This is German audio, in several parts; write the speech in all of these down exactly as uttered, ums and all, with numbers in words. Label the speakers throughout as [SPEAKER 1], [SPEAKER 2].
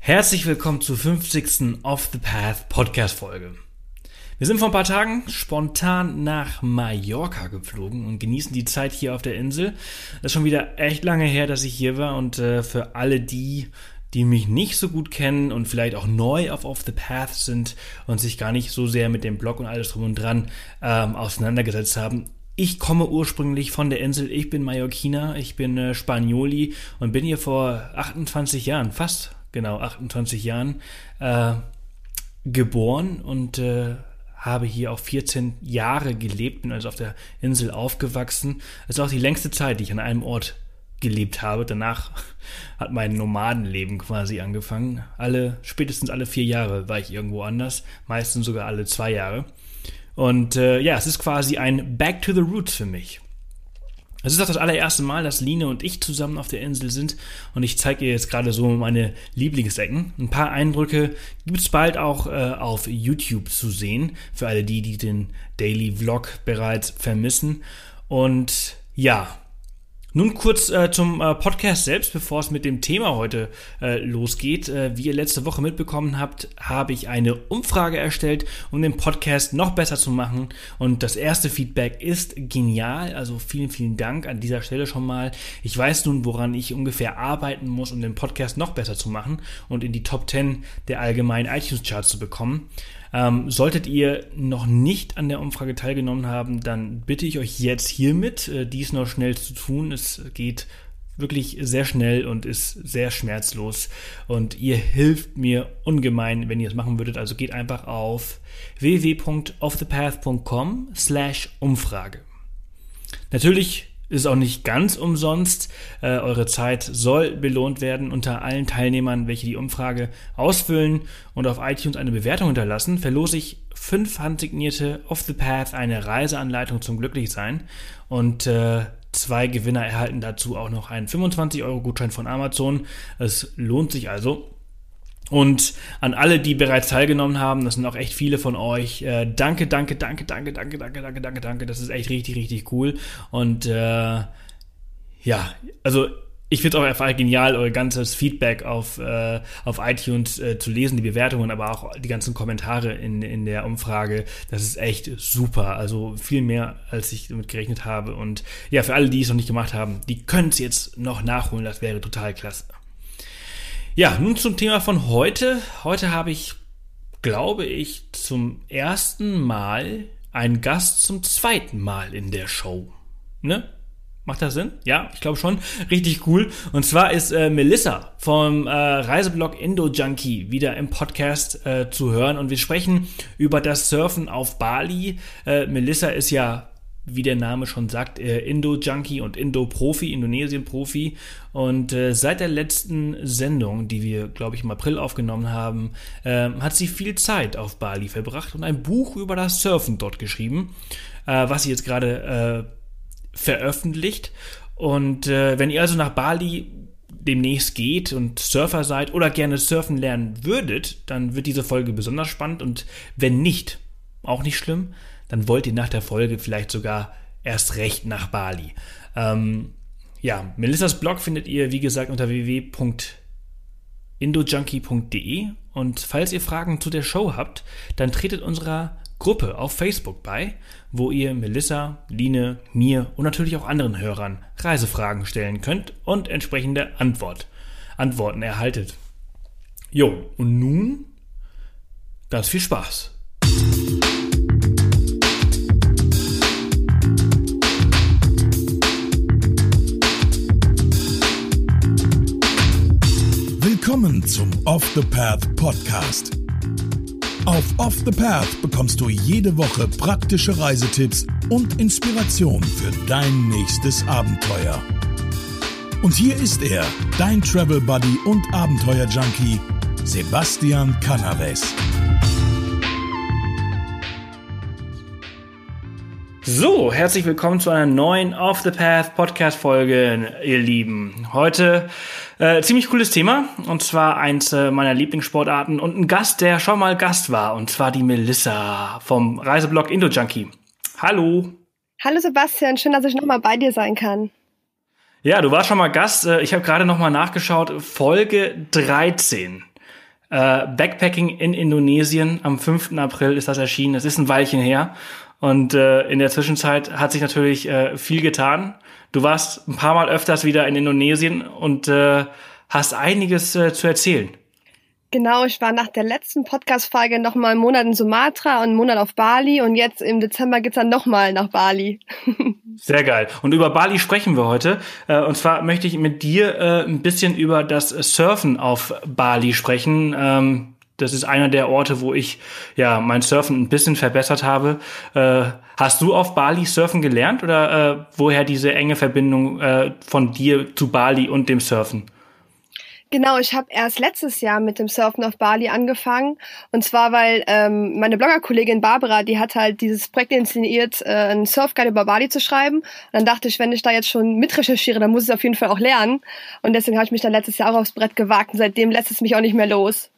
[SPEAKER 1] Herzlich willkommen zur fünfzigsten Off the Path Podcast-Folge. Wir sind vor ein paar Tagen spontan nach Mallorca geflogen und genießen die Zeit hier auf der Insel. Das ist schon wieder echt lange her, dass ich hier war und äh, für alle die, die mich nicht so gut kennen und vielleicht auch neu auf Off the Path sind und sich gar nicht so sehr mit dem Blog und alles drum und dran ähm, auseinandergesetzt haben. Ich komme ursprünglich von der Insel, ich bin Mallorquiner, ich bin äh, Spanioli und bin hier vor achtundzwanzig Jahren, fast genau achtundzwanzig Jahren, äh, geboren und äh, habe hier auch vierzehn Jahre gelebt, bin also auf der Insel aufgewachsen. Das ist auch die längste Zeit, die ich an einem Ort gelebt habe. Danach hat mein Nomadenleben quasi angefangen. Alle, spätestens alle vier Jahre war ich irgendwo anders, meistens sogar alle zwei Jahre. Und äh, ja, es ist quasi ein Back to the Roots für mich. Es ist auch das allererste Mal, dass Line und ich zusammen auf der Insel sind und ich zeige ihr jetzt gerade so meine Lieblingsecken. Ein paar Eindrücke gibt es bald auch äh, auf YouTube zu sehen, für alle die, die den Daily Vlog bereits vermissen. Und ja, nun kurz äh, zum äh, Podcast selbst, bevor es mit dem Thema heute äh, losgeht. Äh, wie ihr letzte Woche mitbekommen habt, habe ich eine Umfrage erstellt, um den Podcast noch besser zu machen. Und das erste Feedback ist genial. Also vielen, vielen Dank an dieser Stelle schon mal. Ich weiß nun, woran ich ungefähr arbeiten muss, um den Podcast noch besser zu machen und in die Top zehn der allgemeinen iTunes-Charts zu bekommen. Ähm, solltet ihr noch nicht an der Umfrage teilgenommen haben, dann bitte ich euch jetzt hiermit, äh, dies noch schnell zu tun. Es geht wirklich sehr schnell und ist sehr schmerzlos und ihr hilft mir ungemein, wenn ihr es machen würdet. Also geht einfach auf w w w punkt off the path punkt com slash Umfrage. Natürlich ist auch nicht ganz umsonst. Äh, eure Zeit soll belohnt werden. Unter allen Teilnehmern, welche die Umfrage ausfüllen und auf iTunes eine Bewertung hinterlassen, verlose ich fünf handsignierte Off the Path, eine Reiseanleitung zum Glücklichsein. Und äh, zwei Gewinner erhalten dazu auch noch einen fünfundzwanzig Euro Gutschein von Amazon. Es lohnt sich also. Und an alle, die bereits teilgenommen haben, das sind auch echt viele von euch, äh, danke, danke, danke, danke, danke, danke, danke, danke, danke, das ist echt richtig, richtig cool. Und äh, ja, also ich finde es auch einfach genial, euer ganzes Feedback auf äh, auf iTunes äh, zu lesen, die Bewertungen, aber auch die ganzen Kommentare in in der Umfrage. Das ist echt super, also viel mehr, als ich damit gerechnet habe. Und ja, für alle, die es noch nicht gemacht haben, die können es jetzt noch nachholen, das wäre total klasse. Ja, nun zum Thema von heute. Heute habe ich, glaube ich, zum ersten Mal einen Gast zum zweiten Mal in der Show. Ne? Macht das Sinn? Ja, ich glaube schon. Richtig cool. Und zwar ist äh, Melissa vom äh, Reiseblog Indo-Junkie wieder im Podcast äh, zu hören. Und wir sprechen über das Surfen auf Bali. Äh, Melissa ist ja, wie der Name schon sagt, äh, Indo-Junkie und Indo-Profi, Indonesien-Profi. Und äh, seit der letzten Sendung, die wir, glaube ich, im April aufgenommen haben, äh, hat sie viel Zeit auf Bali verbracht und ein Buch über das Surfen dort geschrieben, äh, was sie jetzt gerade äh, veröffentlicht. Und äh, wenn ihr also nach Bali demnächst geht und Surfer seid oder gerne surfen lernen würdet, dann wird diese Folge besonders spannend. Und wenn nicht, auch nicht schlimm, dann wollt ihr nach der Folge vielleicht sogar erst recht nach Bali. Ähm, ja, Melissas Blog findet ihr, wie gesagt, unter w w w punkt indojunkie punkt d e und falls ihr Fragen zu der Show habt, dann tretet unserer Gruppe auf Facebook bei, wo ihr Melissa, Line, mir und natürlich auch anderen Hörern Reisefragen stellen könnt und entsprechende Antwort, Antworten erhaltet. Jo, und nun ganz viel Spaß.
[SPEAKER 2] Willkommen zum Off the Path Podcast. Auf Off the Path bekommst du jede Woche praktische Reisetipps und Inspiration für dein nächstes Abenteuer. Und hier ist er, dein Travel Buddy und Abenteuer-Junkie, Sebastian Canaves.
[SPEAKER 1] So, herzlich willkommen zu einer neuen Off the Path Podcast-Folge, ihr Lieben. Heute äh, ziemlich cooles Thema, und zwar eins äh, meiner Lieblingssportarten und ein Gast, der schon mal Gast war, und zwar die Melissa vom Reiseblog Indo-Junkie. Hallo.
[SPEAKER 3] Hallo Sebastian, schön, dass ich nochmal bei dir sein kann.
[SPEAKER 1] Ja, du warst schon mal Gast. Ich habe gerade nochmal nachgeschaut. Folge dreizehn. Äh, Backpacking in Indonesien, am fünften April ist das erschienen. Es ist ein Weilchen her. Und äh, in der Zwischenzeit hat sich natürlich äh, viel getan. Du warst ein paar Mal öfters wieder in Indonesien und äh, hast einiges äh, zu erzählen.
[SPEAKER 3] Genau, ich war nach der letzten Podcast-Folge noch mal einen Monat in Sumatra und einen Monat auf Bali und jetzt im Dezember geht's dann noch mal nach Bali.
[SPEAKER 1] Sehr geil. Und über Bali sprechen wir heute. Äh, und zwar möchte ich mit dir äh, ein bisschen über das Surfen auf Bali sprechen. Ähm, Das ist einer der Orte, wo ich ja mein Surfen ein bisschen verbessert habe. Äh, hast du auf Bali Surfen gelernt oder äh, woher diese enge Verbindung äh, von dir zu Bali und dem Surfen?
[SPEAKER 3] Genau, ich habe erst letztes Jahr mit dem Surfen auf Bali angefangen. Und zwar, weil ähm, meine Bloggerkollegin Barbara, die hat halt dieses Projekt inszeniert, äh, einen Surfguide über Bali zu schreiben. Und dann dachte ich, wenn ich da jetzt schon mitrecherchiere, dann muss ich es auf jeden Fall auch lernen. Und deswegen habe ich mich dann letztes Jahr auch aufs Brett gewagt. Und seitdem lässt es mich auch nicht mehr los.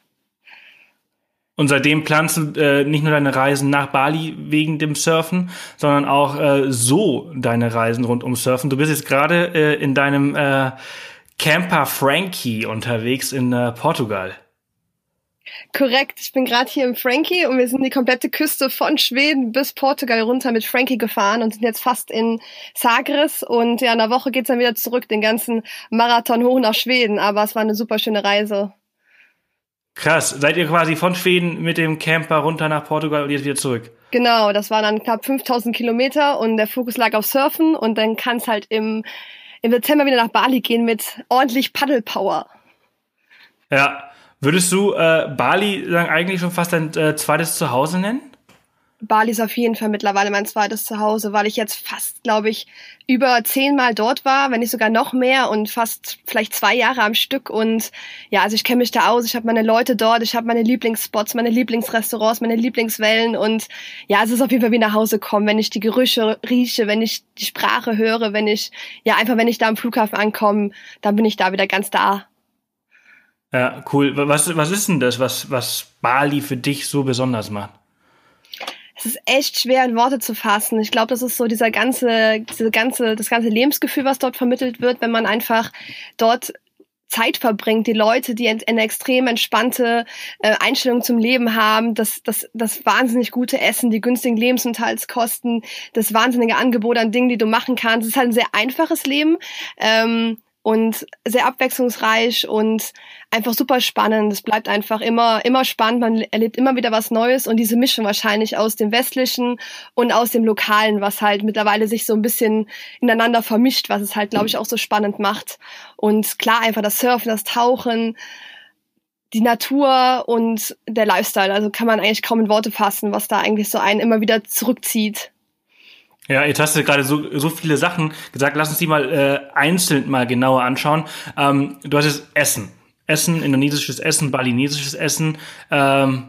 [SPEAKER 1] Und seitdem planst du äh, nicht nur deine Reisen nach Bali wegen dem Surfen, sondern auch äh, so deine Reisen rund ums Surfen. Du bist jetzt gerade äh, in deinem äh, Camper Frankie unterwegs in äh, Portugal.
[SPEAKER 3] Korrekt, ich bin gerade hier im Frankie und wir sind die komplette Küste von Schweden bis Portugal runter mit Frankie gefahren und sind jetzt fast in Sagres und ja, in einer Woche geht's dann wieder zurück, den ganzen Marathon hoch nach Schweden, aber es war eine super schöne Reise.
[SPEAKER 1] Krass, seid ihr quasi von Schweden mit dem Camper runter nach Portugal und jetzt wieder zurück?
[SPEAKER 3] Genau, das waren dann knapp fünftausend Kilometer und der Fokus lag auf Surfen und dann kann es halt im, im Dezember wieder nach Bali gehen mit ordentlich Paddelpower.
[SPEAKER 1] Ja, würdest du äh, Bali sagen, eigentlich schon fast dein äh, zweites Zuhause nennen?
[SPEAKER 3] Bali ist auf jeden Fall mittlerweile mein zweites Zuhause, weil ich jetzt fast, glaube ich, über zehnmal dort war, wenn nicht sogar noch mehr und fast vielleicht zwei Jahre am Stück. Und ja, also ich kenne mich da aus, ich habe meine Leute dort, ich habe meine Lieblingsspots, meine Lieblingsrestaurants, meine Lieblingswellen und ja, es ist auf jeden Fall wie nach Hause kommen, wenn ich die Gerüche rieche, wenn ich die Sprache höre, wenn ich, ja, einfach wenn ich da am Flughafen ankomme, dann bin ich da wieder ganz da.
[SPEAKER 1] Ja, cool. Was, was ist denn das, was, was Bali für dich so besonders macht?
[SPEAKER 3] Es ist echt schwer in Worte zu fassen. Ich glaube, das ist so dieser ganze, diese ganze, das ganze Lebensgefühl, was dort vermittelt wird, wenn man einfach dort Zeit verbringt, die Leute, die eine extrem entspannte äh, Einstellung zum Leben haben, das, das, das wahnsinnig gute Essen, die günstigen Lebensunterhaltskosten, das wahnsinnige Angebot an Dingen, die du machen kannst. Es ist halt ein sehr einfaches Leben. Ähm, Und sehr abwechslungsreich und einfach super spannend. Es bleibt einfach immer immer spannend. Man erlebt immer wieder was Neues und diese Mischung wahrscheinlich aus dem Westlichen und aus dem Lokalen, was halt mittlerweile sich so ein bisschen ineinander vermischt, was es halt, glaube ich, auch so spannend macht. Und klar, einfach das Surfen, das Tauchen, die Natur und der Lifestyle. Also kann man eigentlich kaum in Worte fassen, was da eigentlich so einen immer wieder zurückzieht.
[SPEAKER 1] Ja, jetzt hast du gerade so, so viele Sachen gesagt. Lass uns die mal äh, einzeln mal genauer anschauen. Ähm, du hattest Essen. Essen, indonesisches Essen, balinesisches Essen. Ähm,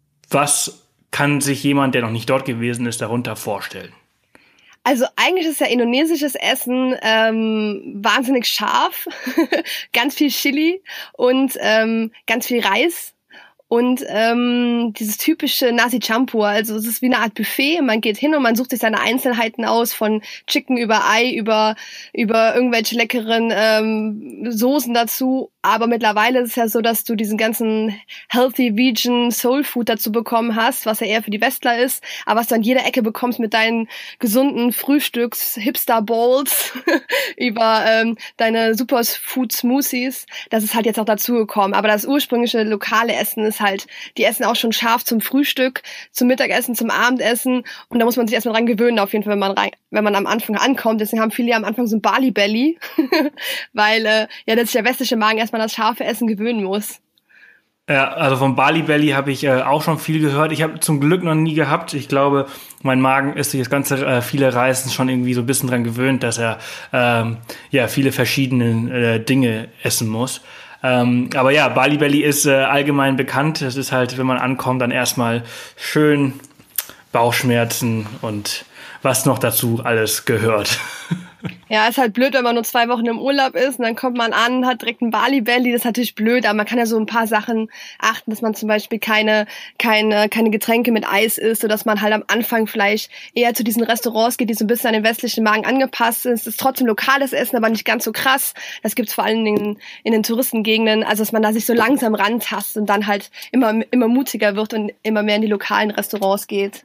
[SPEAKER 1] was kann sich jemand, der noch nicht dort gewesen ist, darunter vorstellen?
[SPEAKER 3] Also eigentlich ist ja indonesisches Essen ähm, wahnsinnig scharf, ganz viel Chili und ähm, ganz viel Reis. Und ähm, dieses typische Nasi Campur, also es ist wie eine Art Buffet. Man geht hin und man sucht sich seine Einzelheiten aus, von Chicken über Ei, über über irgendwelche leckeren ähm, Soßen dazu. Aber mittlerweile ist es ja so, dass du diesen ganzen Healthy Vegan Soul Food dazu bekommen hast, was ja eher für die Westler ist, aber was du an jeder Ecke bekommst mit deinen gesunden Frühstücks-Hipster-Bowls über ähm, deine Superfood-Smoothies. Das ist halt jetzt auch dazugekommen. Aber das ursprüngliche lokale Essen ist halt, die essen auch schon scharf zum Frühstück, zum Mittagessen, zum Abendessen und da muss man sich erstmal dran gewöhnen, auf jeden Fall, wenn man rein, wenn man am Anfang ankommt. Deswegen haben viele ja am Anfang so ein Bali Belly, weil äh, ja, dass sich der westliche Magen erstmal das scharfe Essen gewöhnen muss.
[SPEAKER 1] Ja, also vom Bali Belly habe ich äh, auch schon viel gehört. Ich habe zum Glück noch nie gehabt. Ich glaube, mein Magen ist durch das ganze äh, viele Reisen schon irgendwie so ein bisschen dran gewöhnt, dass er ähm, ja viele verschiedene äh, Dinge essen muss. Ähm, aber ja, Bali Belly ist äh, allgemein bekannt. Das ist halt, wenn man ankommt, dann erstmal schön Bauchschmerzen und was noch dazu alles gehört.
[SPEAKER 3] Ja, ist halt blöd, wenn man nur zwei Wochen im Urlaub ist und dann kommt man an, hat direkt ein Bali-Belly, das ist natürlich blöd, aber man kann ja so ein paar Sachen achten, dass man zum Beispiel keine keine keine Getränke mit Eis isst, sodass man halt am Anfang vielleicht eher zu diesen Restaurants geht, die so ein bisschen an den westlichen Magen angepasst sind. Es ist trotzdem lokales Essen, aber nicht ganz so krass. Das gibt's vor allen Dingen in den Touristengegenden, also dass man da sich so langsam rantastet und dann halt immer immer mutiger wird und immer mehr in die lokalen Restaurants geht.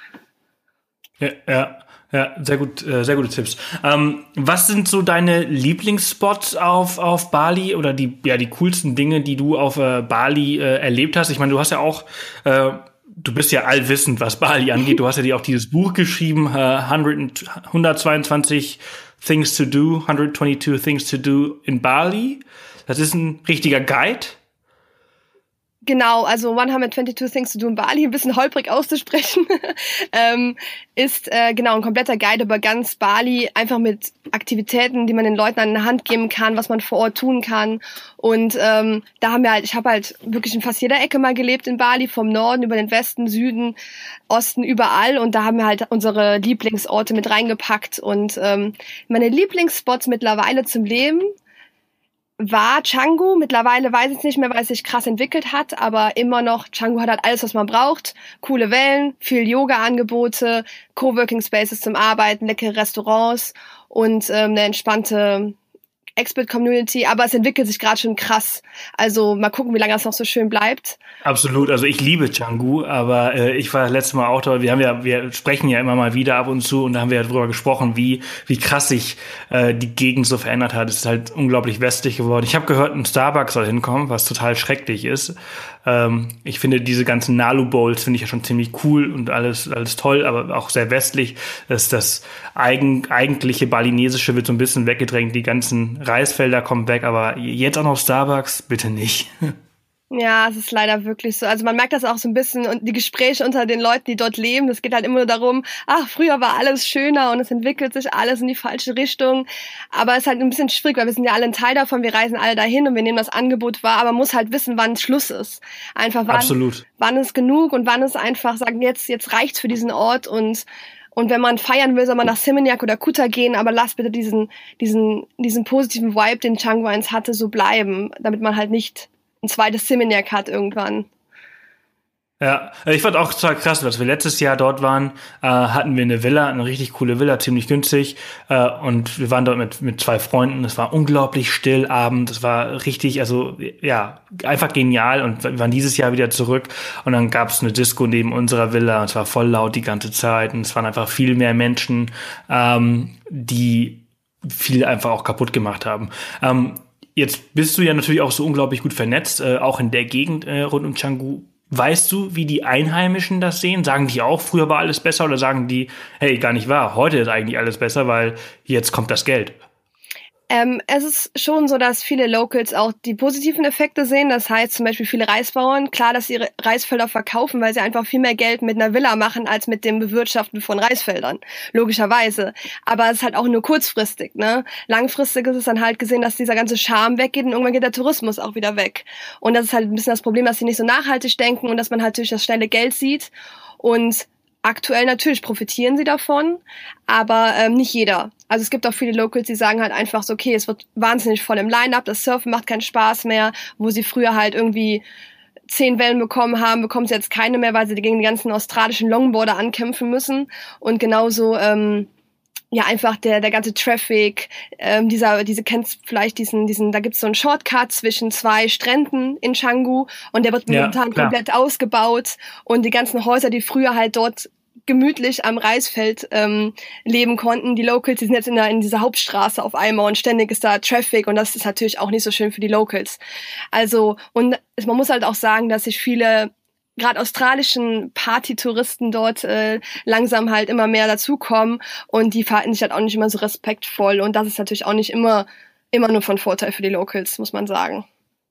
[SPEAKER 1] Ja, ja. Ja, sehr gut, äh, sehr gute Tipps. Ähm, was sind so deine Lieblingsspots auf auf Bali oder die ja die coolsten Dinge, die du auf äh, Bali äh, erlebt hast? Ich meine, du hast ja auch, äh, du bist ja allwissend, was Bali angeht. Du hast ja dir auch dieses Buch geschrieben, äh, hundertzweiundzwanzig Things to Do, hundertzweiundzwanzig Things to Do in Bali. Das ist ein richtiger Guide.
[SPEAKER 3] Genau, also hundertzweiundzwanzig Things to Do in Bali, ein bisschen holprig auszusprechen, ähm, ist äh, genau ein kompletter Guide über ganz Bali, einfach mit Aktivitäten, die man den Leuten an die Hand geben kann, was man vor Ort tun kann. Und ähm, da haben wir halt, ich habe halt wirklich in fast jeder Ecke mal gelebt in Bali, vom Norden über den Westen, Süden, Osten, überall. Und da haben wir halt unsere Lieblingsorte mit reingepackt. Und ähm, meine Lieblingsspots mittlerweile zum Leben war Canggu. Mittlerweile weiß ich nicht mehr, weil es sich krass entwickelt hat, aber immer noch, Canggu hat halt alles, was man braucht. Coole Wellen, viel Yoga-Angebote, Coworking Spaces zum Arbeiten, leckere Restaurants und ähm, eine entspannte Expert-Community, aber es entwickelt sich gerade schon krass. Also mal gucken, wie lange das noch so schön bleibt.
[SPEAKER 1] Absolut, also ich liebe Canggu, aber äh, ich war letztes Mal auch da, wir haben ja, wir sprechen ja immer mal wieder ab und zu und da haben wir ja drüber gesprochen, wie wie krass sich äh, die Gegend so verändert hat. Es ist halt unglaublich westlich geworden. Ich habe gehört, ein Starbucks soll hinkommen, was total schrecklich ist. Ähm, ich finde diese ganzen Nalu Bowls finde ich ja schon ziemlich cool und alles alles toll, aber auch sehr westlich. Das das eigen, eigentliche Balinesische wird so ein bisschen weggedrängt, die ganzen Reisfelder kommen weg, aber jetzt auch noch Starbucks, bitte nicht.
[SPEAKER 3] Ja, es ist leider wirklich so. Also man merkt das auch so ein bisschen und die Gespräche unter den Leuten, die dort leben, das geht halt immer nur darum, ach, früher war alles schöner und es entwickelt sich alles in die falsche Richtung. Aber es ist halt ein bisschen schwierig, weil wir sind ja alle ein Teil davon, wir reisen alle dahin und wir nehmen das Angebot wahr, aber man muss halt wissen, wann Schluss ist. Einfach wann,
[SPEAKER 1] Absolut.
[SPEAKER 3] Wann ist genug und wann ist einfach sagen, jetzt, jetzt reicht's für diesen Ort und Und wenn man feiern will, soll man nach Seminyak oder Kuta gehen, aber lasst bitte diesen, diesen, diesen positiven Vibe, den Canggu eins hatte, so bleiben, damit man halt nicht ein zweites Seminyak hat irgendwann.
[SPEAKER 1] Ja, ich fand auch total krass, als wir letztes Jahr dort waren, äh, hatten wir eine Villa, eine richtig coole Villa, ziemlich günstig, äh, und wir waren dort mit mit zwei Freunden. Es war unglaublich still abend, es war richtig, also ja, einfach genial. Und wir waren dieses Jahr wieder zurück und dann gab es eine Disco neben unserer Villa und es war voll laut die ganze Zeit und es waren einfach viel mehr Menschen, ähm, die viel einfach auch kaputt gemacht haben. Ähm, jetzt bist du ja natürlich auch so unglaublich gut vernetzt, äh, auch in der Gegend äh, rund um Canggu. Weißt du, wie die Einheimischen das sehen? Sagen die auch, früher war alles besser, oder sagen die, hey, gar nicht wahr, heute ist eigentlich alles besser, weil jetzt kommt das Geld?
[SPEAKER 3] Ähm, es ist schon so, dass viele Locals auch die positiven Effekte sehen. Das heißt zum Beispiel viele Reisbauern, klar, dass sie ihre Reisfelder verkaufen, weil sie einfach viel mehr Geld mit einer Villa machen, als mit dem Bewirtschaften von Reisfeldern. Logischerweise. Aber es ist halt auch nur kurzfristig, ne? Langfristig ist es dann halt gesehen, dass dieser ganze Charme weggeht und irgendwann geht der Tourismus auch wieder weg. Und das ist halt ein bisschen das Problem, dass sie nicht so nachhaltig denken und dass man halt durch das schnelle Geld sieht. Und aktuell natürlich profitieren sie davon, aber ähm, nicht jeder. Also es gibt auch viele Locals, die sagen halt einfach so, okay, es wird wahnsinnig voll im Line-Up, das Surfen macht keinen Spaß mehr, wo sie früher halt irgendwie zehn Wellen bekommen haben, bekommen sie jetzt keine mehr, weil sie gegen die ganzen australischen Longboarder ankämpfen müssen. Und genauso ähm, ja einfach der der ganze Traffic, ähm, dieser diese kennst vielleicht diesen diesen da gibt's so einen Shortcut zwischen zwei Stränden in Canggu und der wird momentan ja, komplett ausgebaut und die ganzen Häuser, die früher halt dort gemütlich am Reisfeld ähm, leben konnten, die Locals, die sind jetzt in, der, in dieser Hauptstraße auf einmal und ständig ist da Traffic und das ist natürlich auch nicht so schön für die Locals. Also und man muss halt auch sagen, dass sich viele gerade australischen Partytouristen dort äh, langsam halt immer mehr dazukommen und die verhalten sich halt auch nicht immer so respektvoll und das ist natürlich auch nicht immer immer nur von Vorteil für die Locals, muss man sagen.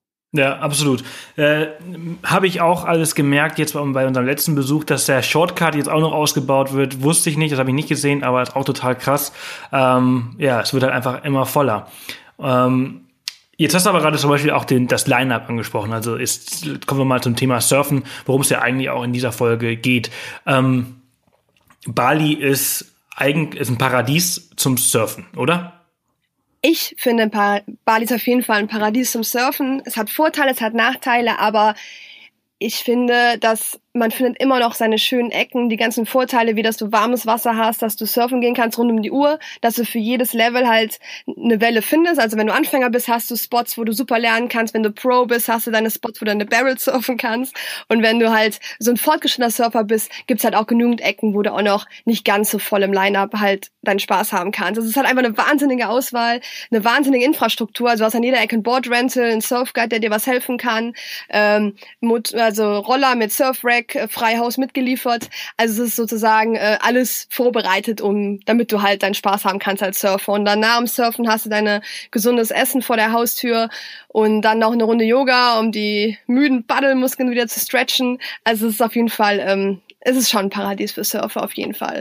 [SPEAKER 1] Ja, absolut. Äh, habe ich auch alles gemerkt jetzt bei, bei unserem letzten Besuch, dass der Shortcut jetzt auch noch ausgebaut wird. Wusste ich nicht, das habe ich nicht gesehen, aber ist auch total krass. Ähm, ja, es wird halt einfach immer voller. Ähm, Jetzt hast du aber gerade zum Beispiel auch den, das Line-Up angesprochen. Also ist, kommen wir mal zum Thema Surfen, worum es ja eigentlich auch in dieser Folge geht. Ähm, Bali ist eigentlich ist ein Paradies zum Surfen, oder?
[SPEAKER 3] Ich finde, Bali ist auf jeden Fall ein Paradies zum Surfen. Es hat Vorteile, es hat Nachteile, aber ich finde, dass man findet immer noch seine schönen Ecken, die ganzen Vorteile, wie dass du warmes Wasser hast, dass du surfen gehen kannst rund um die Uhr, dass du für jedes Level halt eine Welle findest. Also wenn du Anfänger bist, hast du Spots, wo du super lernen kannst. Wenn du Pro bist, hast du deine Spots, wo du eine Barrel surfen kannst. Und wenn du halt so ein fortgeschrittener Surfer bist, gibt's halt auch genügend Ecken, wo du auch noch nicht ganz so voll im Line-Up halt deinen Spaß haben kannst. Also es ist halt einfach eine wahnsinnige Auswahl, eine wahnsinnige Infrastruktur. Also du hast an jeder Ecke ein Board-Rental, ein Surfguide, der dir was helfen kann, ähm, also Roller mit Surfrack, Freihaus mitgeliefert. Also es ist sozusagen äh, alles vorbereitet, um damit du halt deinen Spaß haben kannst als Surfer. Und dann nach dem Surfen hast du deine gesundes Essen vor der Haustür und dann noch eine Runde Yoga, um die müden Paddelmuskeln wieder zu stretchen. Also es ist auf jeden Fall, ähm, es ist schon ein Paradies für Surfer, auf jeden Fall.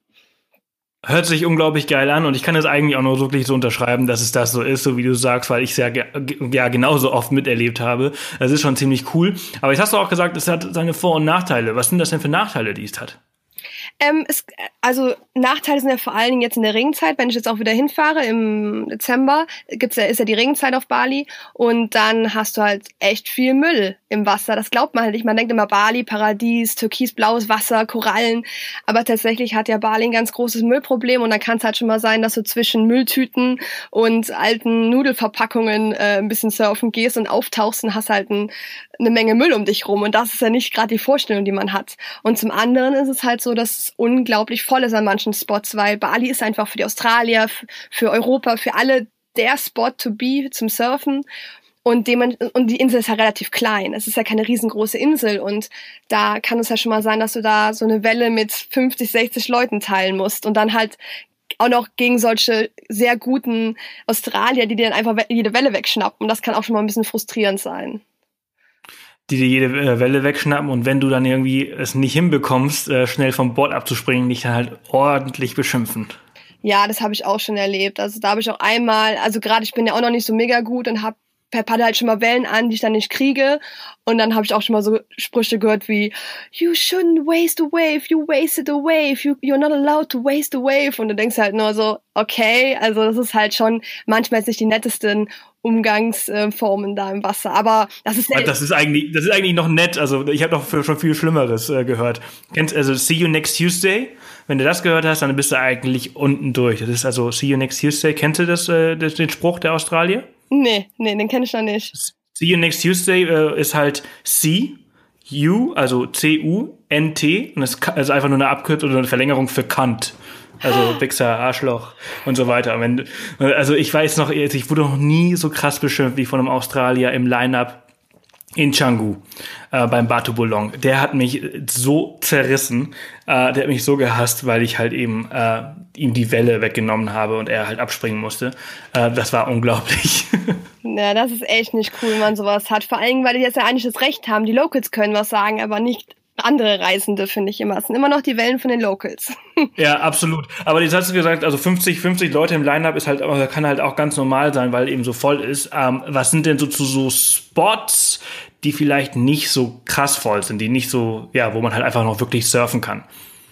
[SPEAKER 1] Hört sich unglaublich geil an und ich kann es eigentlich auch nur wirklich so unterschreiben, dass es das so ist, so wie du sagst, weil ich es ja, ja genauso oft miterlebt habe. Das ist schon ziemlich cool. Aber jetzt hast du auch gesagt, es hat seine Vor- und Nachteile. Was sind das denn für Nachteile, die es hat?
[SPEAKER 3] Ähm, es, also Nachteile sind ja vor allen Dingen jetzt in der Regenzeit. Wenn ich jetzt auch wieder hinfahre im Dezember, gibt's ja, ist ja die Regenzeit auf Bali und dann hast du halt echt viel Müll im Wasser. Das glaubt man halt nicht. Man denkt immer Bali, Paradies, türkisblaues Wasser, Korallen, aber tatsächlich hat ja Bali ein ganz großes Müllproblem und dann kann es halt schon mal sein, dass du zwischen Mülltüten und alten Nudelverpackungen äh, ein bisschen surfen gehst und auftauchst und hast halt ein, eine Menge Müll um dich rum und das ist ja nicht gerade die Vorstellung, die man hat. Und zum anderen ist es halt so, dass es unglaublich voll ist an manchen Spots, weil Bali ist einfach für die Australier, für Europa, für alle der Spot to be zum Surfen. Und, dem, und die Insel ist ja relativ klein. Es ist ja keine riesengroße Insel. Und da kann es ja schon mal sein, dass du da so eine Welle mit fünfzig, sechzig Leuten teilen musst. Und dann halt auch noch gegen solche sehr guten Australier, die dir dann einfach jede Welle wegschnappen. Das kann auch schon mal ein bisschen frustrierend sein.
[SPEAKER 1] Die dir jede Welle wegschnappen und wenn du dann irgendwie es nicht hinbekommst, äh, schnell vom Board abzuspringen, dich dann halt ordentlich beschimpfen.
[SPEAKER 3] Ja, das habe ich auch schon erlebt. Also da habe ich auch einmal, also gerade ich bin ja auch noch nicht so mega gut und habe per Paddel halt schon mal Wellen an, die ich dann nicht kriege. Und dann habe ich auch schon mal so Sprüche gehört wie You shouldn't waste a wave, you wasted a wave, you, you're not allowed to waste a wave. Und du denkst halt nur so, okay, also das ist halt schon manchmal jetzt nicht die nettesten Umgangsformen da im Wasser, aber das ist ja
[SPEAKER 1] das ist eigentlich das ist eigentlich noch nett. Also ich habe doch schon viel Schlimmeres äh, gehört. Kennst also See You Next Tuesday? Wenn du das gehört hast, dann bist du eigentlich unten durch. Das ist also See You Next Tuesday. Kennst du das, äh, das den Spruch der Australier?
[SPEAKER 3] Nee, nee, den kenne ich noch nicht.
[SPEAKER 1] See You Next Tuesday äh, ist halt See You, also C U N T und das ist also einfach nur eine Abkürzung oder eine Verlängerung für Cunt. Also Wichser, Arschloch und so weiter. Also ich weiß noch, ich wurde noch nie so krass beschimpft wie von einem Australier im Line-Up in Canggu äh, beim Batu Bolong. Der hat mich so zerrissen, äh, der hat mich so gehasst, weil ich halt eben äh, ihm die Welle weggenommen habe und er halt abspringen musste. Äh, das war unglaublich.
[SPEAKER 3] Ja, das ist echt nicht cool, wenn man sowas hat. Vor allem, weil die jetzt ja eigentlich das Recht haben. Die Locals können was sagen, aber nicht andere Reisende, finde ich immer. Es sind immer noch die Wellen von den Locals.
[SPEAKER 1] Ja, absolut. Aber jetzt hast du gesagt, also fünfzig, fünfzig Leute im Line-Up ist halt, kann halt auch ganz normal sein, weil eben so voll ist. Ähm, was sind denn so zu so Spots, die vielleicht nicht so krass voll sind, die nicht so, ja, wo man halt einfach noch wirklich surfen kann?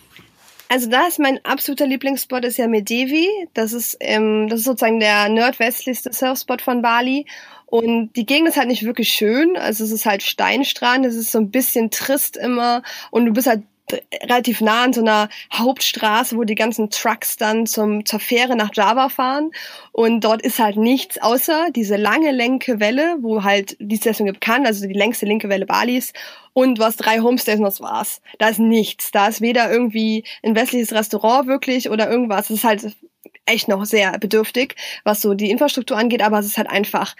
[SPEAKER 3] Also da ist mein absoluter Lieblingsspot ist ja Medevi. Das ist, ähm, das ist sozusagen der nordwestlichste Surfspot von Bali. Und die Gegend ist halt nicht wirklich schön. Also es ist halt Steinstrand, es ist so ein bisschen trist immer. Und du bist halt relativ nah an so einer Hauptstraße, wo die ganzen Trucks dann zum, zur Fähre nach Java fahren. Und dort ist halt nichts außer diese lange linke Welle, wo halt die deswegen bekannt, also die längste linke Welle Balis. Und du hast drei Homestays und das war's. Da ist nichts. Da ist weder irgendwie ein westliches Restaurant wirklich oder irgendwas. Es ist halt echt noch sehr bedürftig, was so die Infrastruktur angeht, aber es ist halt einfach,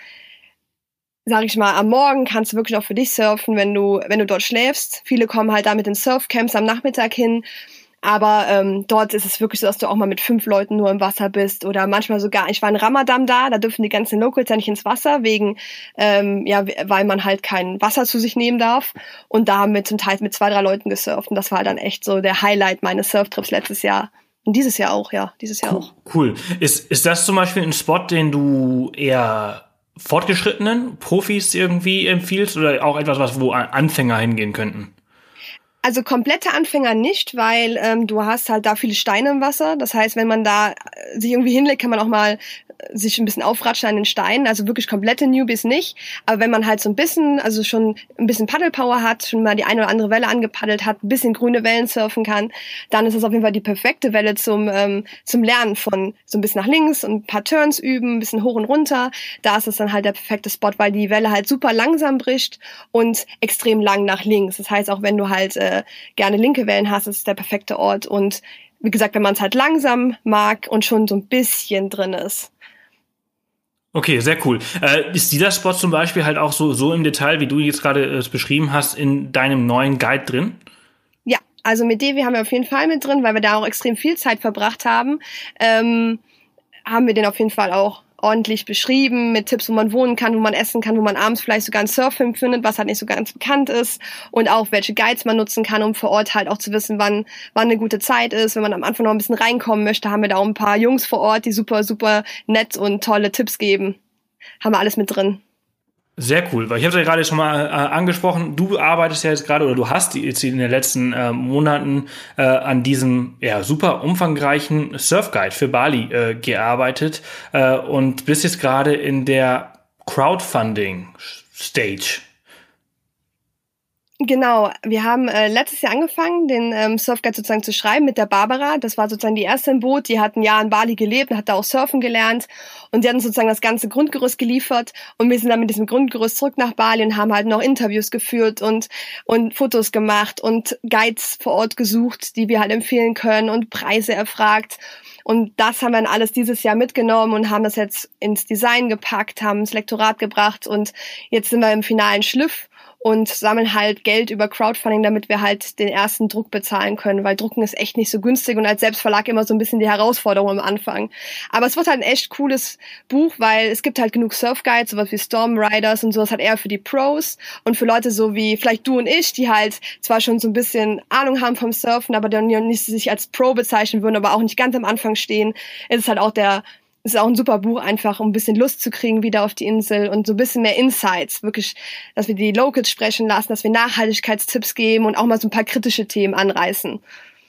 [SPEAKER 3] sag ich mal, am Morgen kannst du wirklich auch für dich surfen, wenn du wenn du dort schläfst. Viele kommen halt da mit den Surfcamps am Nachmittag hin, aber ähm, dort ist es wirklich so, dass du auch mal mit fünf Leuten nur im Wasser bist oder manchmal sogar, ich war in Ramadan da, da dürfen die ganzen Locals ja nicht ins Wasser, wegen, ähm, ja, weil man halt kein Wasser zu sich nehmen darf und da haben wir zum Teil mit zwei, drei Leuten gesurft und das war dann echt so der Highlight meines Surftrips letztes Jahr. Und dieses Jahr auch, ja, dieses Jahr
[SPEAKER 1] cool,
[SPEAKER 3] auch.
[SPEAKER 1] Cool. Ist, ist das zum Beispiel ein Spot, den du eher fortgeschrittenen Profis irgendwie empfiehlst oder auch etwas, was wo Anfänger hingehen könnten?
[SPEAKER 3] Also komplette Anfänger nicht, weil ähm, du hast halt da viele Steine im Wasser. Das heißt, wenn man da sich irgendwie hinlegt, kann man auch mal sich ein bisschen aufratschen an den Steinen. Also wirklich komplette Newbies nicht. Aber wenn man halt so ein bisschen, also schon ein bisschen Paddelpower hat, schon mal die eine oder andere Welle angepaddelt hat, ein bisschen grüne Wellen surfen kann, dann ist das auf jeden Fall die perfekte Welle zum ähm, zum Lernen von so ein bisschen nach links und ein paar Turns üben, ein bisschen hoch und runter. Da ist es dann halt der perfekte Spot, weil die Welle halt super langsam bricht und extrem lang nach links. Das heißt, auch wenn du halt äh, gerne linke Wellen hast, ist es der perfekte Ort. Und wie gesagt, wenn man es halt langsam mag und schon so ein bisschen drin ist.
[SPEAKER 1] Okay, sehr cool. Äh, ist dieser Spot zum Beispiel halt auch so, so im Detail, wie du jetzt gerade es äh, beschrieben hast, in deinem neuen Guide drin?
[SPEAKER 3] Ja, also mit Devi haben wir auf jeden Fall mit drin, weil wir da auch extrem viel Zeit verbracht haben. Ähm, haben wir den auf jeden Fall auch ordentlich beschrieben, mit Tipps, wo man wohnen kann, wo man essen kann, wo man abends vielleicht sogar einen Surffilm findet, was halt nicht so ganz bekannt ist, und auch welche Guides man nutzen kann, um vor Ort halt auch zu wissen, wann wann eine gute Zeit ist. Wenn man am Anfang noch ein bisschen reinkommen möchte, haben wir da auch ein paar Jungs vor Ort, die super, super nett und tolle Tipps geben. Haben wir alles mit drin.
[SPEAKER 1] Sehr cool, weil ich habe es ja gerade schon mal äh, angesprochen, du arbeitest ja jetzt gerade oder du hast jetzt in den letzten äh, Monaten äh, an diesem ja super umfangreichen Surfguide für Bali äh, gearbeitet äh, und bist jetzt gerade in der Crowdfunding-Stage.
[SPEAKER 3] Genau, wir haben äh, letztes Jahr angefangen, den ähm, Surfguide sozusagen zu schreiben mit der Barbara. Das war sozusagen die erste im Boot, die hat ein Jahr in Bali gelebt und hat da auch surfen gelernt. Und sie hat uns sozusagen das ganze Grundgerüst geliefert. Und wir sind dann mit diesem Grundgerüst zurück nach Bali und haben halt noch Interviews geführt und und Fotos gemacht und Guides vor Ort gesucht, die wir halt empfehlen können, und Preise erfragt. Und das haben wir dann alles dieses Jahr mitgenommen und haben das jetzt ins Design gepackt, haben ins Lektorat gebracht, und jetzt sind wir im finalen Schliff und sammeln halt Geld über Crowdfunding, damit wir halt den ersten Druck bezahlen können, weil Drucken ist echt nicht so günstig und als Selbstverlag immer so ein bisschen die Herausforderung am Anfang. Aber es wird halt ein echt cooles Buch, weil es gibt halt genug Surfguides, sowas wie Storm Riders und sowas halt eher für die Pros und für Leute so wie vielleicht du und ich, die halt zwar schon so ein bisschen Ahnung haben vom Surfen, aber dann nicht sich als Pro bezeichnen würden, aber auch nicht ganz am Anfang stehen. Es ist halt auch der Es ist auch ein super Buch, einfach um ein bisschen Lust zu kriegen wieder auf die Insel und so ein bisschen mehr Insights, wirklich, dass wir die Locals sprechen lassen, dass wir Nachhaltigkeitstipps geben und auch mal so ein paar kritische Themen anreißen.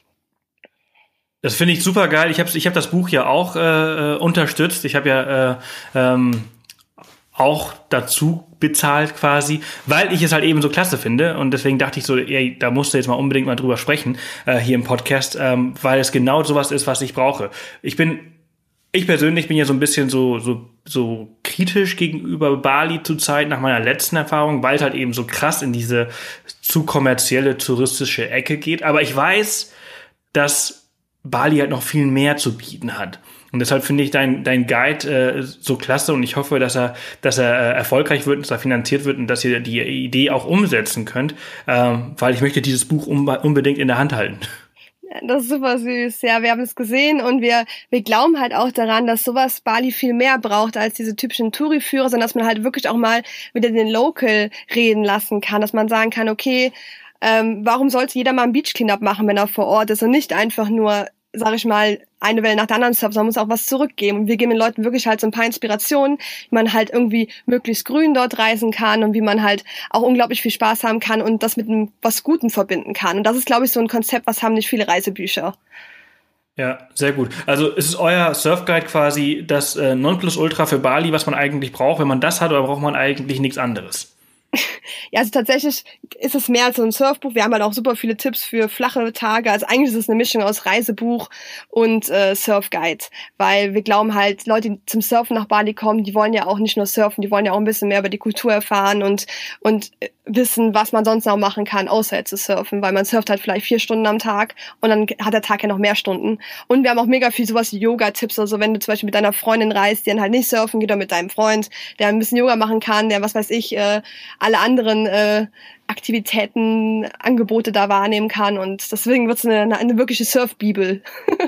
[SPEAKER 1] Das finde ich super geil. Ich habe ich hab das Buch ja auch äh, unterstützt. Ich habe ja äh, ähm, auch dazu bezahlt quasi, weil ich es halt eben so klasse finde, und deswegen dachte ich so, ey, da musst du jetzt mal unbedingt mal drüber sprechen äh, hier im Podcast, ähm, weil es genau sowas ist, was ich brauche. Ich bin Ich persönlich bin ja so ein bisschen so so so kritisch gegenüber Bali zurzeit nach meiner letzten Erfahrung, weil es halt eben so krass in diese zu kommerzielle touristische Ecke geht. Aber ich weiß, dass Bali halt noch viel mehr zu bieten hat. Und deshalb finde ich dein dein Guide äh, so klasse, und ich hoffe, dass er dass er äh, erfolgreich wird, dass er finanziert wird und dass ihr die Idee auch umsetzen könnt, äh, weil ich möchte dieses Buch um, unbedingt in der Hand halten.
[SPEAKER 3] Das ist super süß. Ja, wir haben es gesehen und wir wir glauben halt auch daran, dass sowas Bali viel mehr braucht als diese typischen Touri-Führer, sondern dass man halt wirklich auch mal wieder den Local reden lassen kann, dass man sagen kann, okay, ähm, warum sollte jeder mal ein Beach-Cleanup machen, wenn er vor Ort ist und nicht einfach nur, sag ich mal, eine Welle nach der anderen surfen, sondern muss auch was zurückgeben. Und wir geben den Leuten wirklich halt so ein paar Inspirationen, wie man halt irgendwie möglichst grün dort reisen kann und wie man halt auch unglaublich viel Spaß haben kann und das mit einem was Gutem verbinden kann. Und das ist, glaube ich, so ein Konzept, was haben nicht viele Reisebücher.
[SPEAKER 1] Ja, sehr gut. Also ist es euer Surfguide quasi das äh, Nonplusultra für Bali, was man eigentlich braucht? Wenn man das hat, oder braucht man eigentlich nichts anderes?
[SPEAKER 3] Ja, also tatsächlich ist es mehr als so ein Surfbuch. Wir haben halt auch super viele Tipps für flache Tage. Also eigentlich ist es eine Mischung aus Reisebuch und äh, Surfguide, weil wir glauben halt, Leute, die zum Surfen nach Bali kommen, die wollen ja auch nicht nur surfen, die wollen ja auch ein bisschen mehr über die Kultur erfahren und und wissen, was man sonst noch machen kann, außer jetzt zu surfen, weil man surft halt vielleicht vier Stunden am Tag und dann hat der Tag ja noch mehr Stunden. Und wir haben auch mega viel sowas wie Yoga-Tipps, also wenn du zum Beispiel mit deiner Freundin reist, die dann halt nicht surfen geht, oder mit deinem Freund, der ein bisschen Yoga machen kann, der, was weiß ich, äh, alle anderen äh, Aktivitäten, Angebote da wahrnehmen kann, und deswegen wird es eine, eine, eine wirkliche Surfbibel.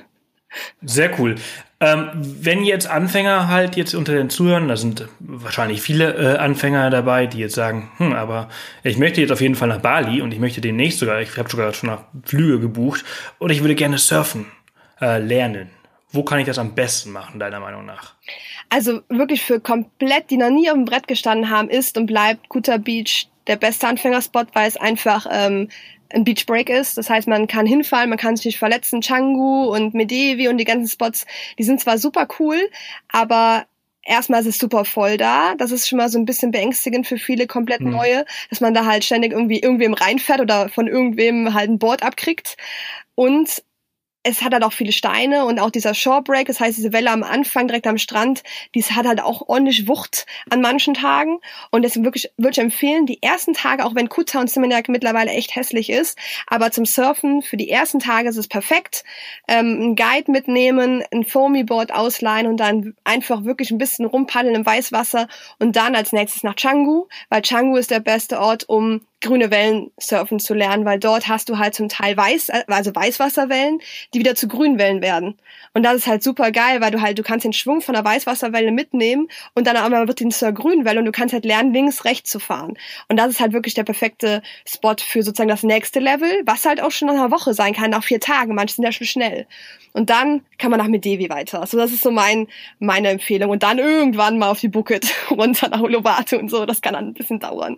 [SPEAKER 1] Sehr cool. Ähm, wenn jetzt Anfänger halt jetzt unter den Zuhörern, da sind wahrscheinlich viele äh, Anfänger dabei, die jetzt sagen, hm, aber ich möchte jetzt auf jeden Fall nach Bali und ich möchte demnächst sogar, ich habe sogar schon nach Flüge gebucht, oder ich würde gerne surfen äh, lernen. Wo kann ich das am besten machen, deiner Meinung nach?
[SPEAKER 3] Also wirklich für komplett, die noch nie auf dem Brett gestanden haben, ist und bleibt Kuta Beach der beste Anfängerspot, weil es einfach ähm, ein Beach Break ist. Das heißt, man kann hinfallen, man kann sich nicht verletzen. Canggu und Medevi und die ganzen Spots, die sind zwar super cool, aber erstmal ist es super voll da. Das ist schon mal so ein bisschen beängstigend für viele komplett mhm. neue, dass man da halt ständig irgendwie irgendwem reinfährt oder von irgendwem halt ein Board abkriegt. Und es hat halt auch viele Steine und auch dieser Shorebreak, das heißt diese Welle am Anfang direkt am Strand, die hat halt auch ordentlich Wucht an manchen Tagen und deswegen wirklich würde ich empfehlen, die ersten Tage, auch wenn Koh Tao und Seminyak mittlerweile echt hässlich ist, aber zum Surfen für die ersten Tage ist es perfekt, ähm, einen Guide mitnehmen, ein Foamy-Board ausleihen und dann einfach wirklich ein bisschen rumpaddeln im Weißwasser und dann als nächstes nach Canggu, weil Canggu ist der beste Ort, um grüne Wellen surfen zu lernen, weil dort hast du halt zum Teil Weiß, also Weißwasserwellen, die wieder zu grünen Wellen werden. Und das ist halt super geil, weil du halt, du kannst den Schwung von der Weißwasserwelle mitnehmen und dann aber wird die zur grünen Welle und du kannst halt lernen, links, rechts zu fahren. Und das ist halt wirklich der perfekte Spot für sozusagen das nächste Level, was halt auch schon nach einer Woche sein kann, nach vier Tagen. Manche sind ja schon schnell. Und dann kann man nach Medevi weiter. Also das ist so mein, meine Empfehlung. Und dann irgendwann mal auf die Bukit runter nach Uluwatu und so. Das kann dann ein bisschen dauern.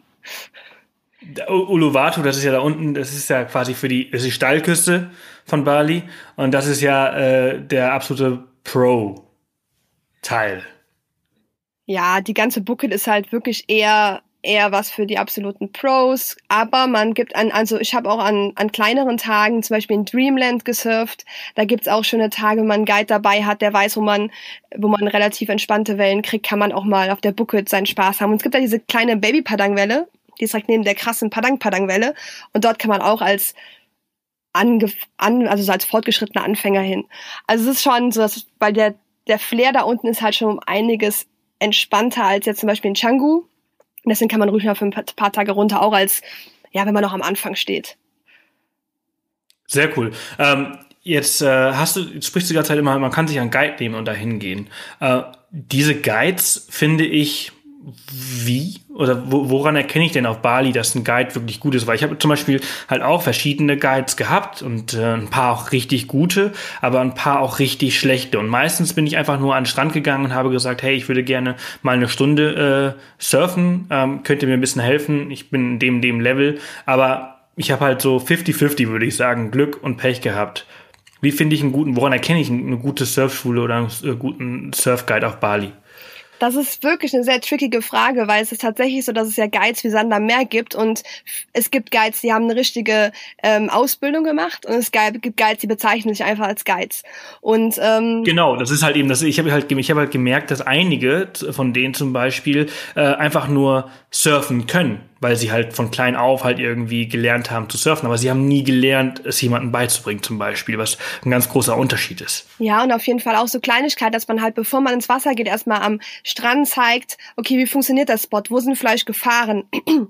[SPEAKER 1] Uluwatu, das ist ja da unten, das ist ja quasi für die, das ist die Steilküste von Bali und das ist ja äh, der absolute Pro-Teil.
[SPEAKER 3] Ja, die ganze Bukit ist halt wirklich eher eher was für die absoluten Pros, aber man gibt an, also ich habe auch an an kleineren Tagen, zum Beispiel in Dreamland gesurft, da gibt's auch schöne Tage, wenn man einen Guide dabei hat, der weiß, wo man wo man relativ entspannte Wellen kriegt, kann man auch mal auf der Bukit seinen Spaß haben. Und es gibt da diese kleine Baby-Padang-Welle, die ist direkt neben der krassen Padang-Padang-Welle. Und dort kann man auch als ange, an, also so als fortgeschrittener Anfänger hin. Also es ist schon so, dass, weil der, der Flair da unten ist halt schon um einiges entspannter als jetzt zum Beispiel in Canggu. Und deswegen kann man ruhig mal für ein paar, paar Tage runter, auch als, ja, wenn man noch am Anfang steht.
[SPEAKER 1] Sehr cool. Ähm, jetzt äh, hast du, jetzt sprichst du die ganze Zeit immer, man kann sich einen Guide nehmen und da hingehen. Äh, diese Guides finde ich, wie oder wo, woran erkenne ich denn auf Bali, dass ein Guide wirklich gut ist? Weil ich habe zum Beispiel halt auch verschiedene Guides gehabt und äh, ein paar auch richtig gute, aber ein paar auch richtig schlechte. Und meistens bin ich einfach nur an den Strand gegangen und habe gesagt, hey, ich würde gerne mal eine Stunde äh, surfen, ähm, könnt ihr mir ein bisschen helfen? Ich bin in dem, dem Level, aber ich habe halt so fifty fifty, würde ich sagen, Glück und Pech gehabt. Wie finde ich einen guten, woran erkenne ich eine gute Surfschule oder einen guten Surfguide auf Bali?
[SPEAKER 3] Das ist wirklich eine sehr trickige Frage, weil es ist tatsächlich so, dass es ja Guides wie Sand am Meer gibt und es gibt Guides, die haben eine richtige ähm, Ausbildung gemacht und es gibt Guides, die bezeichnen sich einfach als Guides. Und ähm,
[SPEAKER 1] genau, das ist halt eben, das, ich habe halt, ich habe halt gemerkt, dass einige von denen zum Beispiel äh, einfach nur surfen können, weil sie halt von klein auf halt irgendwie gelernt haben zu surfen, aber sie haben nie gelernt, es jemandem beizubringen zum Beispiel, was ein ganz großer Unterschied ist.
[SPEAKER 3] Ja, und auf jeden Fall auch so Kleinigkeit, dass man halt, bevor man ins Wasser geht, erstmal am Strand zeigt, okay, wie funktioniert das Spot, wo sind vielleicht Gefahren,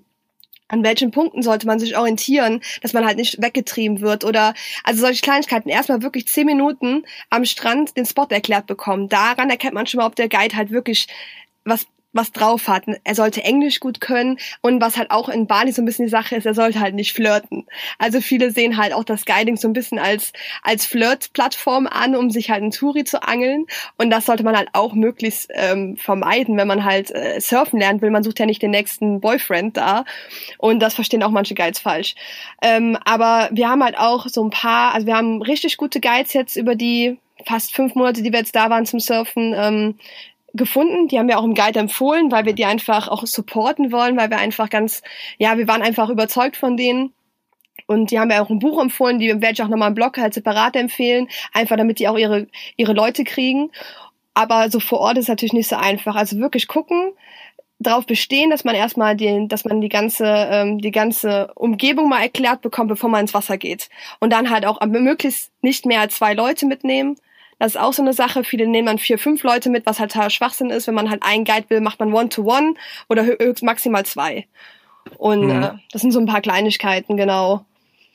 [SPEAKER 3] an welchen Punkten sollte man sich orientieren, dass man halt nicht weggetrieben wird oder, also solche Kleinigkeiten, erstmal wirklich zehn Minuten am Strand den Spot erklärt bekommen. Daran erkennt man schon mal, ob der Guide halt wirklich was was drauf hat. Er sollte Englisch gut können und was halt auch in Bali so ein bisschen die Sache ist, er sollte halt nicht flirten. Also viele sehen halt auch das Guiding so ein bisschen als als Flirt-Plattform an, um sich halt einen Touri zu angeln und das sollte man halt auch möglichst ähm, vermeiden, wenn man halt äh, surfen lernen will. Man sucht ja nicht den nächsten Boyfriend da und das verstehen auch manche Guides falsch. Ähm, aber wir haben halt auch so ein paar, also wir haben richtig gute Guides jetzt über die fast fünf Monate, die wir jetzt da waren zum Surfen, ähm, gefunden. Die haben wir auch im Guide empfohlen, weil wir die einfach auch supporten wollen, weil wir einfach ganz, ja, wir waren einfach überzeugt von denen. Und die haben ja auch ein Buch empfohlen, die werde ich auch nochmal im Blog halt separat empfehlen, einfach damit die auch ihre ihre Leute kriegen. Aber so vor Ort ist natürlich nicht so einfach. Also wirklich gucken, darauf bestehen, dass man erstmal den, dass man die ganze ähm, die ganze Umgebung mal erklärt bekommt, bevor man ins Wasser geht. Und dann halt auch möglichst nicht mehr als zwei Leute mitnehmen. Das ist auch so eine Sache. Viele nehmen dann vier, fünf Leute mit, was halt total Schwachsinn ist. Wenn man halt einen Guide will, macht man One-to-One oder höchst maximal zwei. Und mhm. äh, das sind so ein paar Kleinigkeiten, genau.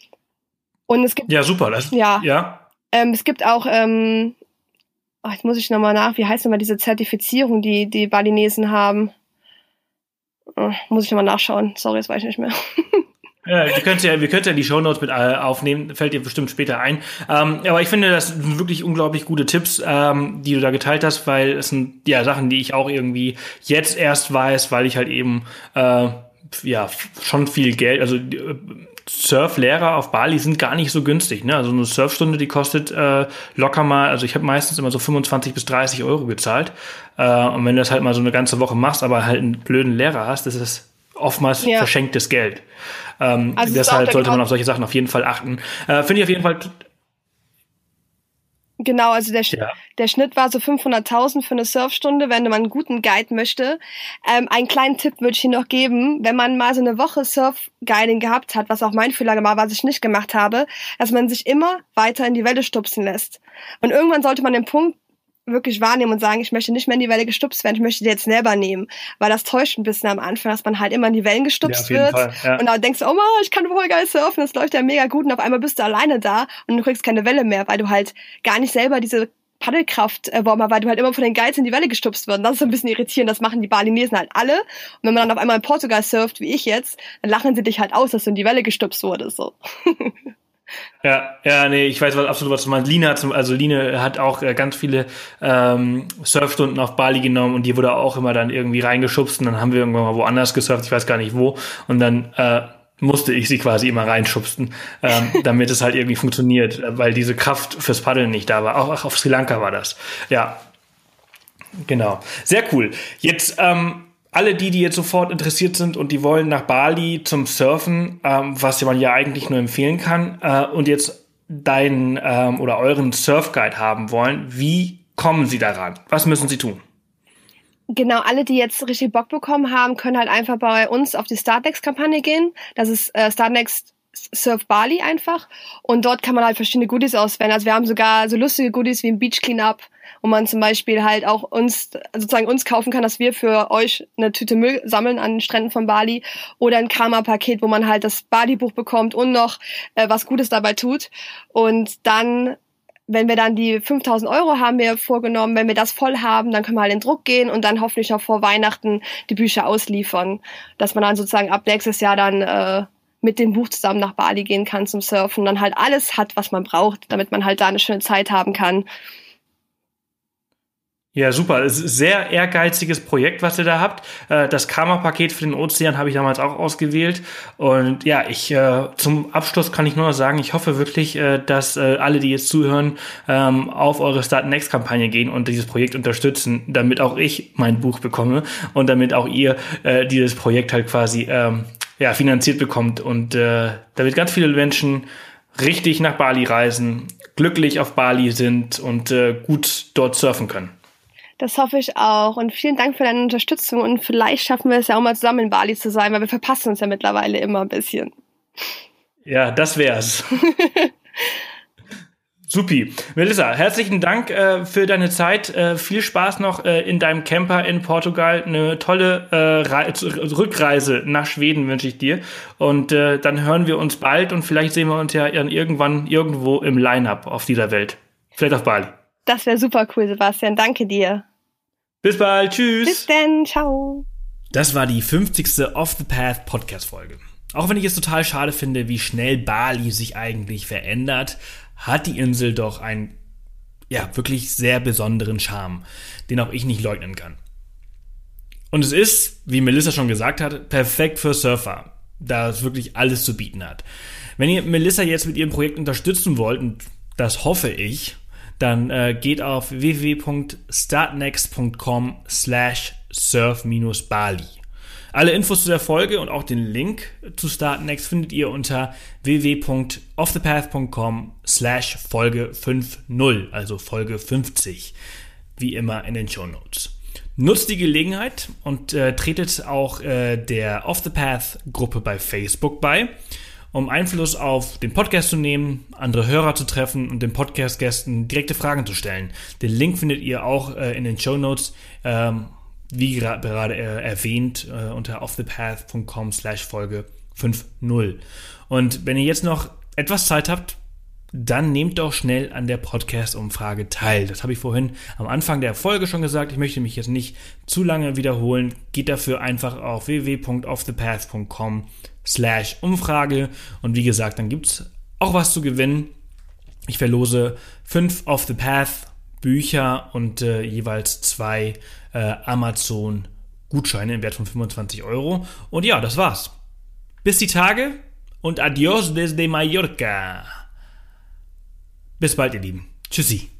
[SPEAKER 3] Und es gibt
[SPEAKER 1] ja super, das
[SPEAKER 3] ja,
[SPEAKER 1] ja.
[SPEAKER 3] Ähm, es gibt auch ähm, ach, jetzt muss ich nochmal nach, wie heißt nochmal diese Zertifizierung, die die Balinesen haben? Oh, muss ich nochmal nachschauen. Sorry, das weiß ich nicht mehr.
[SPEAKER 1] Ja, wir können ja, wir können ja die Shownotes mit aufnehmen, fällt dir bestimmt später ein. Ähm, aber ich finde, das sind wirklich unglaublich gute Tipps, ähm, die du da geteilt hast, weil es sind ja Sachen, die ich auch irgendwie jetzt erst weiß, weil ich halt eben äh, ja schon viel Geld. Also Surflehrer auf Bali sind gar nicht so günstig. Ne? Also eine Surfstunde, die kostet äh, locker mal, also ich habe meistens immer so fünfundzwanzig bis dreißig Euro gezahlt. Äh, und wenn du das halt mal so eine ganze Woche machst, aber halt einen blöden Lehrer hast, das ist oftmals ja. verschenktes Geld. Ähm, also deshalb sollte man auf solche Sachen auf jeden Fall achten. Äh, Finde ich auf jeden Fall...
[SPEAKER 3] Genau, also der, ja. der Schnitt war so fünfhunderttausend für eine Surfstunde, wenn man einen guten Guide möchte. Ähm, einen kleinen Tipp würde ich Ihnen noch geben, wenn man mal so eine Woche Surf-Guiding gehabt hat, was auch mein Fehler war, was ich nicht gemacht habe, dass man sich immer weiter in die Welle stupsen lässt. Und irgendwann sollte man den Punkt wirklich wahrnehmen und sagen, ich möchte nicht mehr in die Welle gestupst werden, ich möchte die jetzt selber nehmen. Weil das täuscht ein bisschen am Anfang, dass man halt immer in die Wellen gestupst ja, wird. Fall, ja. Und dann denkst du, oh man, ich kann voll geil surfen, das läuft ja mega gut. Und auf einmal bist du alleine da und du kriegst keine Welle mehr, weil du halt gar nicht selber diese Paddelkraft erworben hast, weil du halt immer von den Guides in die Welle gestupst wirst. Und das ist ein bisschen irritierend, das machen die Balinesen halt alle. Und wenn man dann auf einmal in Portugal surft, wie ich jetzt, dann lachen sie dich halt aus, dass du in die Welle gestupst wurdest. So.
[SPEAKER 1] Ja, ja, nee, ich weiß was, absolut, was du meinst. Lina, also Line hat auch äh, ganz viele ähm, Surfstunden auf Bali genommen und die wurde auch immer dann irgendwie reingeschubst und dann haben wir irgendwann mal woanders gesurft, ich weiß gar nicht wo, und dann äh, musste ich sie quasi immer reinschubsten, ähm, damit es halt irgendwie funktioniert, weil diese Kraft fürs Paddeln nicht da war. Auch, auch auf Sri Lanka war das. Ja, genau. Sehr cool. Jetzt ähm, alle die, die jetzt sofort interessiert sind und die wollen nach Bali zum Surfen, ähm, was man ja eigentlich nur empfehlen kann, äh, und jetzt deinen ähm, oder euren Surfguide haben wollen, wie kommen sie daran? Was müssen sie tun?
[SPEAKER 3] Genau, alle, die jetzt richtig Bock bekommen haben, können halt einfach bei uns auf die Startnext-Kampagne gehen. Das ist äh, Startnext Surf Bali einfach. Und dort kann man halt verschiedene Goodies auswählen. Also wir haben sogar so lustige Goodies wie ein Beach Cleanup, wo man zum Beispiel halt auch uns, sozusagen uns kaufen kann, dass wir für euch eine Tüte Müll sammeln an den Stränden von Bali, oder ein Karma-Paket, wo man halt das Bali-Buch bekommt und noch äh, was Gutes dabei tut. Und dann, wenn wir dann die fünftausend Euro haben wir vorgenommen, wenn wir das voll haben, dann können wir halt in Druck gehen und dann hoffentlich noch vor Weihnachten die Bücher ausliefern, dass man dann sozusagen ab nächstes Jahr dann äh, mit dem Buch zusammen nach Bali gehen kann zum Surfen, dann halt alles hat, was man braucht, damit man halt da eine schöne Zeit haben kann.
[SPEAKER 1] Ja, super. Es ist ein sehr ehrgeiziges Projekt, was ihr da habt. Das Karma-Paket für den Ozean habe ich damals auch ausgewählt. Und ja, ich zum Abschluss kann ich nur noch sagen, ich hoffe wirklich, dass alle, die jetzt zuhören, auf eure Start-Next-Kampagne gehen und dieses Projekt unterstützen, damit auch ich mein Buch bekomme und damit auch ihr dieses Projekt halt quasi ja, finanziert bekommt und damit ganz viele Menschen richtig nach Bali reisen, glücklich auf Bali sind und gut dort surfen können.
[SPEAKER 3] Das hoffe ich auch. Und vielen Dank für deine Unterstützung. Und vielleicht schaffen wir es ja auch mal zusammen in Bali zu sein, weil wir verpassen uns ja mittlerweile immer ein bisschen.
[SPEAKER 1] Ja, das wär's. Supi. Melissa, herzlichen Dank äh, für deine Zeit. Äh, viel Spaß noch äh, in deinem Camper in Portugal. Eine tolle äh, Re- Rückreise nach Schweden wünsche ich dir. Und äh, dann hören wir uns bald und vielleicht sehen wir uns ja irgendwann irgendwo im Line-Up auf dieser Welt. Vielleicht auf Bali.
[SPEAKER 3] Das wäre super cool, Sebastian. Danke dir.
[SPEAKER 1] Bis bald. Tschüss.
[SPEAKER 3] Bis dann. Ciao.
[SPEAKER 1] Das war die fünfzigste Off the Path Podcast-Folge. Auch wenn ich es total schade finde, wie schnell Bali sich eigentlich verändert, hat die Insel doch einen, ja, wirklich sehr besonderen Charme, den auch ich nicht leugnen kann. Und es ist, wie Melissa schon gesagt hat, perfekt für Surfer, da es wirklich alles zu bieten hat. Wenn ihr Melissa jetzt mit ihrem Projekt unterstützen wollt, und das hoffe ich, dann äh, geht auf w w w punkt startnext punkt com slash surf Bali. Alle Infos zu der Folge und auch den Link zu Startnext findet ihr unter w w w punkt offthepath punkt com slash Folge fünfzig, also Folge fünfzig, wie immer in den Shownotes. Nutzt die Gelegenheit und äh, tretet auch äh, der Off the Path Gruppe bei Facebook bei, um Einfluss auf den Podcast zu nehmen, andere Hörer zu treffen und den Podcast-Gästen direkte Fragen zu stellen. Den Link findet ihr auch äh, in den Shownotes, ähm, wie gerade äh, erwähnt, äh, unter offthepath punkt com slash Folge fünfzig. Und wenn ihr jetzt noch etwas Zeit habt, dann nehmt doch schnell an der Podcast-Umfrage teil. Das habe ich vorhin am Anfang der Folge schon gesagt. Ich möchte mich jetzt nicht zu lange wiederholen. Geht dafür einfach auf w w w punkt offthepath punkt com slash Umfrage. Und wie gesagt, dann gibt's auch was zu gewinnen. Ich verlose fünf Off the Path Bücher und äh, jeweils zwei äh, Amazon Gutscheine im Wert von fünfundzwanzig Euro. Und ja, das war's. Bis die Tage und adios desde Mallorca. Bis bald, ihr Lieben. Tschüssi.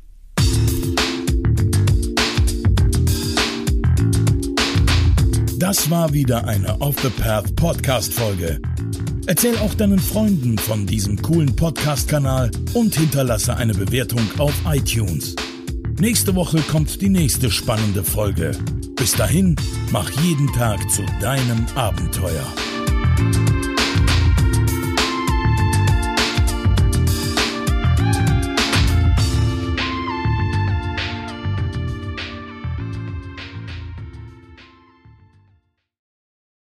[SPEAKER 2] Das war wieder eine Off the Path Podcast-Folge. Erzähl auch deinen Freunden von diesem coolen Podcast-Kanal und hinterlasse eine Bewertung auf iTunes. Nächste Woche kommt die nächste spannende Folge. Bis dahin, mach jeden Tag zu deinem Abenteuer.